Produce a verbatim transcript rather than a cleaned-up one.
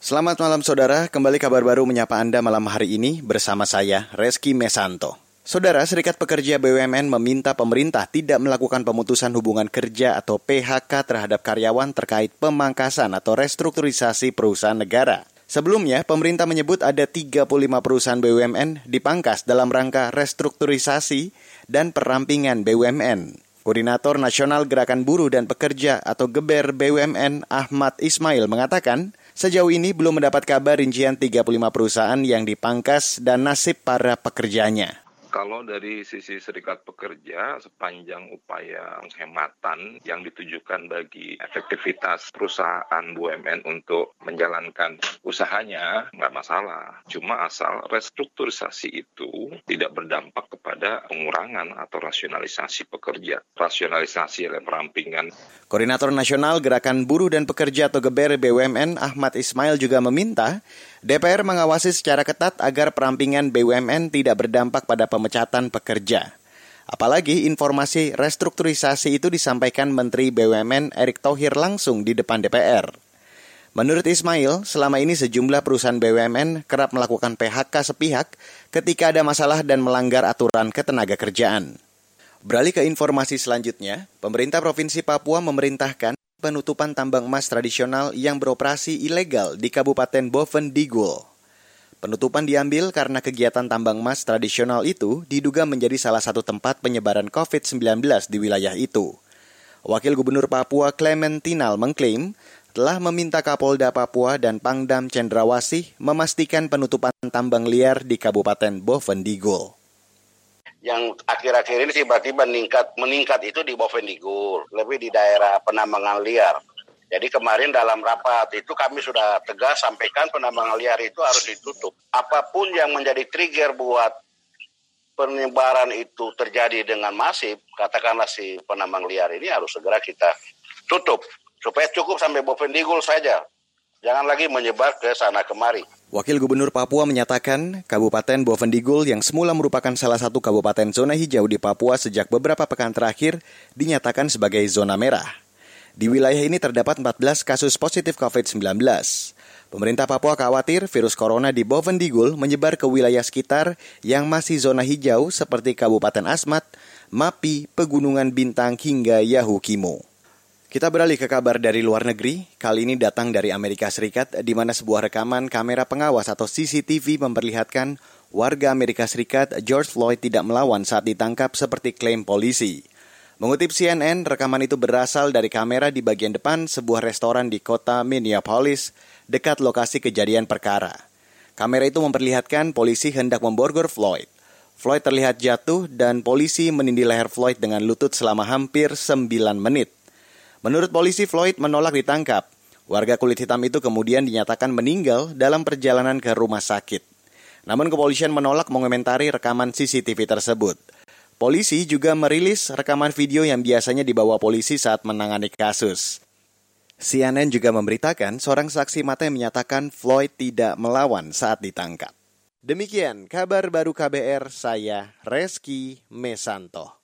Selamat malam saudara, kembali kabar baru menyapa Anda malam hari ini bersama saya, Reski Mesanto. Saudara, Serikat Pekerja B U M N meminta pemerintah tidak melakukan pemutusan hubungan kerja atau P H K terhadap karyawan terkait pemangkasan atau restrukturisasi perusahaan negara. Sebelumnya, pemerintah menyebut ada tiga puluh lima perusahaan B U M N dipangkas dalam rangka restrukturisasi dan perampingan B U M N. Koordinator Nasional Gerakan Buruh dan Pekerja atau Geber B U M N Ahmad Ismail mengatakan, sejauh ini belum mendapat kabar rincian tiga puluh lima perusahaan yang dipangkas dan nasib para pekerjanya. Kalau dari sisi serikat pekerja, sepanjang upaya penghematan yang ditujukan bagi efektivitas perusahaan B U M N untuk menjalankan usahanya, nggak masalah. Cuma asal restrukturisasi itu tidak berdampak kepada pengurangan atau rasionalisasi pekerja. Rasionalisasi oleh perampingan. Koordinator Nasional Gerakan Buruh dan Pekerja atau Geber B U M N Ahmad Ismail juga meminta D P R mengawasi secara ketat agar perampingan B U M N tidak berdampak pada pemecatan pekerja. Apalagi informasi restrukturisasi itu disampaikan Menteri B U M N Erick Thohir langsung di depan D P R. Menurut Ismail, selama ini sejumlah perusahaan B U M N kerap melakukan P H K sepihak ketika ada masalah dan melanggar aturan ketenagakerjaan. Beralih ke informasi selanjutnya, pemerintah Provinsi Papua memerintahkan penutupan tambang emas tradisional yang beroperasi ilegal di Kabupaten Boven Digul. Penutupan diambil karena kegiatan tambang emas tradisional itu diduga menjadi salah satu tempat penyebaran covid sembilan belas di wilayah itu. Wakil Gubernur Papua Clement Tinal mengklaim telah meminta Kapolda Papua dan Pangdam Cendrawasih memastikan penutupan tambang liar di Kabupaten Boven Digul. Yang akhir-akhir ini tiba-tiba meningkat meningkat itu di Boven Digul, lebih di daerah penambangan liar. Jadi kemarin dalam rapat itu kami sudah tegas sampaikan penambangan liar itu harus ditutup. Apapun yang menjadi trigger buat penyebaran itu terjadi dengan masif, katakanlah si penambang liar ini harus segera kita tutup supaya cukup sampai Boven Digul saja. Jangan lagi menyebar ke sana kemari. Wakil Gubernur Papua menyatakan Kabupaten Boven Digul yang semula merupakan salah satu kabupaten zona hijau di Papua sejak beberapa pekan terakhir dinyatakan sebagai zona merah. Di wilayah ini terdapat empat belas kasus positif covid sembilan belas. Pemerintah Papua khawatir virus corona di Boven Digul menyebar ke wilayah sekitar yang masih zona hijau seperti Kabupaten Asmat, Mapi, Pegunungan Bintang hingga Yahukimo. Kita beralih ke kabar dari luar negeri, kali ini datang dari Amerika Serikat, di mana sebuah rekaman kamera pengawas atau C C T V memperlihatkan warga Amerika Serikat George Floyd tidak melawan saat ditangkap seperti klaim polisi. Mengutip C N N, rekaman itu berasal dari kamera di bagian depan sebuah restoran di kota Minneapolis, dekat lokasi kejadian perkara. Kamera itu memperlihatkan polisi hendak memborgol Floyd. Floyd terlihat jatuh dan polisi menindih leher Floyd dengan lutut selama hampir sembilan menit. Menurut polisi, Floyd menolak ditangkap. Warga kulit hitam itu kemudian dinyatakan meninggal dalam perjalanan ke rumah sakit. Namun kepolisian menolak mengomentari rekaman C C T V tersebut. Polisi juga merilis rekaman video yang biasanya dibawa polisi saat menangani kasus. C N N juga memberitakan seorang saksi mata yang menyatakan Floyd tidak melawan saat ditangkap. Demikian kabar baru K B R, saya Reski Mesanto.